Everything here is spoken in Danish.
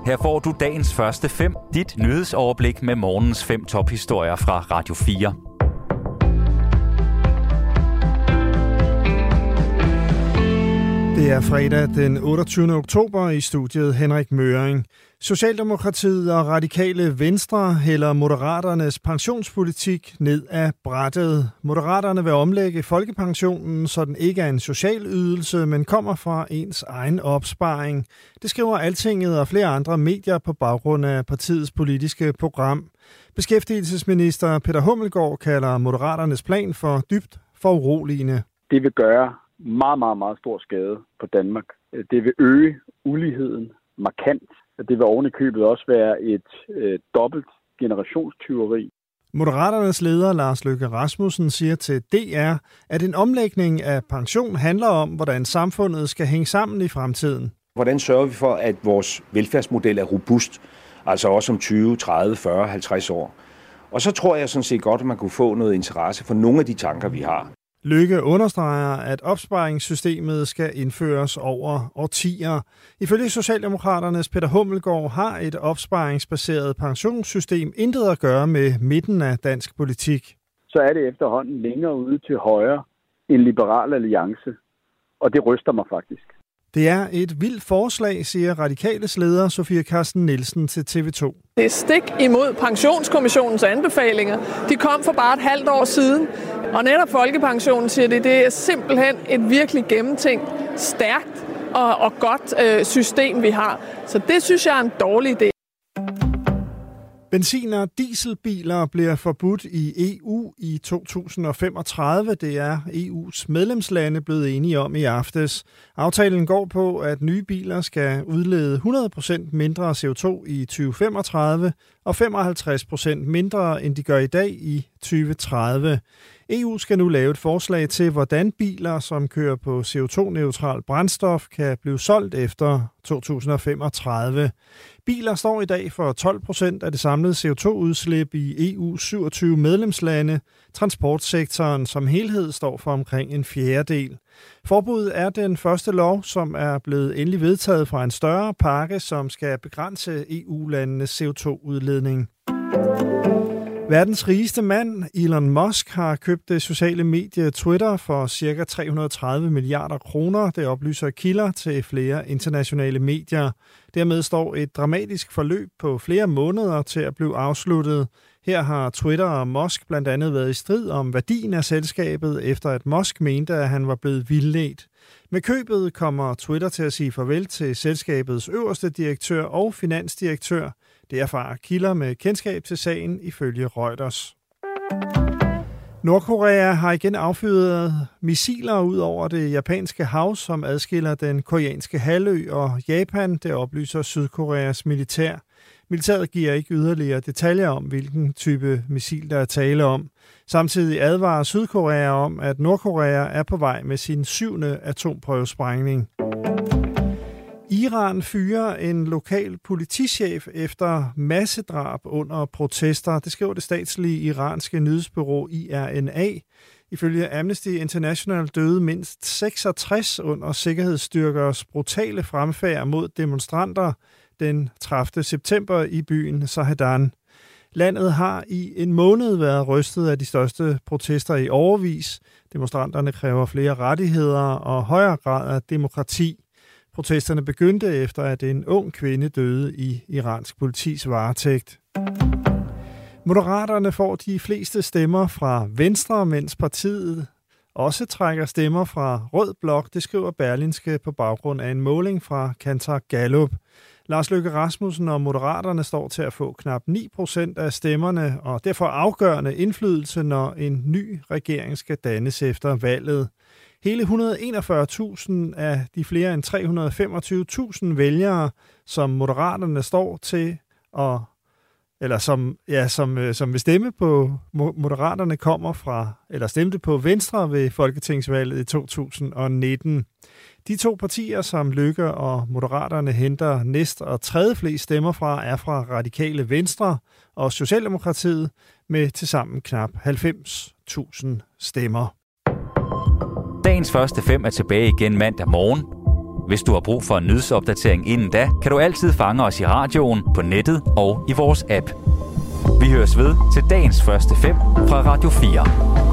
Her får du dagens første 5, dit nyhedsoverblik med morgens 5 tophistorier fra Radio 4. Det er fredag den 28. oktober i studiet Henrik Møring. Socialdemokratiet og Radikale Venstre hælder Moderaternes pensionspolitik ned af brættet. Moderaterne vil omlægge folkepensionen, så den ikke er en social ydelse, men kommer fra ens egen opsparing. Det skriver Altinget og flere andre medier på baggrund af partiets politiske program. Beskæftigelsesminister Peter Hummelgaard kalder Moderaternes plan for dybt foruroligende. Det vil gøre meget stor skade på Danmark. Det vil øge uligheden markant. Det vil oven i købet også være et dobbelt generationstyveri. Moderaternes leder Lars Løkke Rasmussen siger til DR, at en omlægning af pension handler om, hvordan samfundet skal hænge sammen i fremtiden. Hvordan sørger vi for, at vores velfærdsmodel er robust, altså også om 20, 30, 40, 50 år? Og så tror jeg sådan set godt, at man kunne få noget interesse for nogle af de tanker, vi har. Løkke understreger, at opsparingssystemet skal indføres over årtier. Ifølge Socialdemokraternes Peter Hummelgaard har et opsparingsbaseret pensionssystem intet at gøre med midten af dansk politik. Så er det efterhånden længere ude til højre end Liberal Alliance, og det ryster mig faktisk. Det er et vildt forslag, siger Radikales leder Sofie Carsten Nielsen til TV2. Det er stik imod Pensionskommissionens anbefalinger. De kom for bare et halvt år siden, og netop Folkepensionen siger det er simpelthen et virkelig gennemtænkt, stærkt og godt system, vi har. Så det synes jeg er en dårlig idé. Benzin- og dieselbiler bliver forbudt i EU i 2035. Det er EU's medlemslande blevet enige om i aftes. Aftalen går på, at nye biler skal udlede 100% mindre CO2 i 2035 og 55% mindre, end de gør i dag i 2030. EU skal nu lave et forslag til, hvordan biler, som kører på CO2-neutral brændstof, kan blive solgt efter 2035. Biler står i dag for 12% af det samlede CO2-udslip i EU's 27 medlemslande. Transportsektoren som helhed står for omkring en fjerdedel. Forbuddet er den første lov, som er blevet endelig vedtaget fra en større pakke, som skal begrænse EU-landenes CO2-udledning. Verdens rigeste mand, Elon Musk, har købt det sociale medie Twitter for ca. 330 milliarder kroner. Det oplyser kilder til flere internationale medier. Dermed står et dramatisk forløb på flere måneder til at blive afsluttet. Her har Twitter og Musk blandt andet været i strid om værdien af selskabet, efter at Musk mente, at han var blevet vildledt. Med købet kommer Twitter til at sige farvel til selskabets øverste direktør og finansdirektør. Det erfarer kilder med kendskab til sagen ifølge Reuters. Nordkorea har igen affyret missiler ud over det japanske hav, som adskiller den koreanske halvø og Japan, det oplyser Sydkoreas militær. Militæret giver ikke yderligere detaljer om, hvilken type missil der er tale om. Samtidig advarer Sydkorea om, at Nordkorea er på vej med sin 7. atomprøvesprængning. Iran fyrer en lokal politichef efter massedrab under protester. Det skriver det statslige iranske nyhedsbureau IRNA. Ifølge Amnesty International døde mindst 66 under sikkerhedsstyrkers brutale fremfærd mod demonstranter den 30. september i byen Zahedan. Landet har i en måned været rystet af de største protester i årevis. Demonstranterne kræver flere rettigheder og højere grad af demokrati. Protesterne begyndte efter, at en ung kvinde døde i iransk politis varetægt. Moderaterne får de fleste stemmer fra Venstre, mens partiet også trækker stemmer fra Rød Blok. Det skriver Berlingske på baggrund af en måling fra Kantar Gallup. Lars Løkke Rasmussen og Moderaterne står til at få knap 9% af stemmerne, og derfor afgørende indflydelse, når en ny regering skal dannes efter valget. Hele 141.000 af de flere end 325.000 vælgere, som Moderaterne står til, som vil stemme på Moderaterne, kommer fra, eller stemte på Venstre ved Folketingsvalget i 2019. De to partier, som Løkke og Moderaterne henter næst og tredje flest stemmer fra, er fra Radikale Venstre og Socialdemokratiet med tilsammen knap 90.000 stemmer. Dagens første 5 er tilbage igen mandag morgen. Hvis du har brug for en nyhedsopdatering inden da, kan du altid fange os i radioen, på nettet og i vores app. Vi høres ved til dagens første 5 fra Radio 4.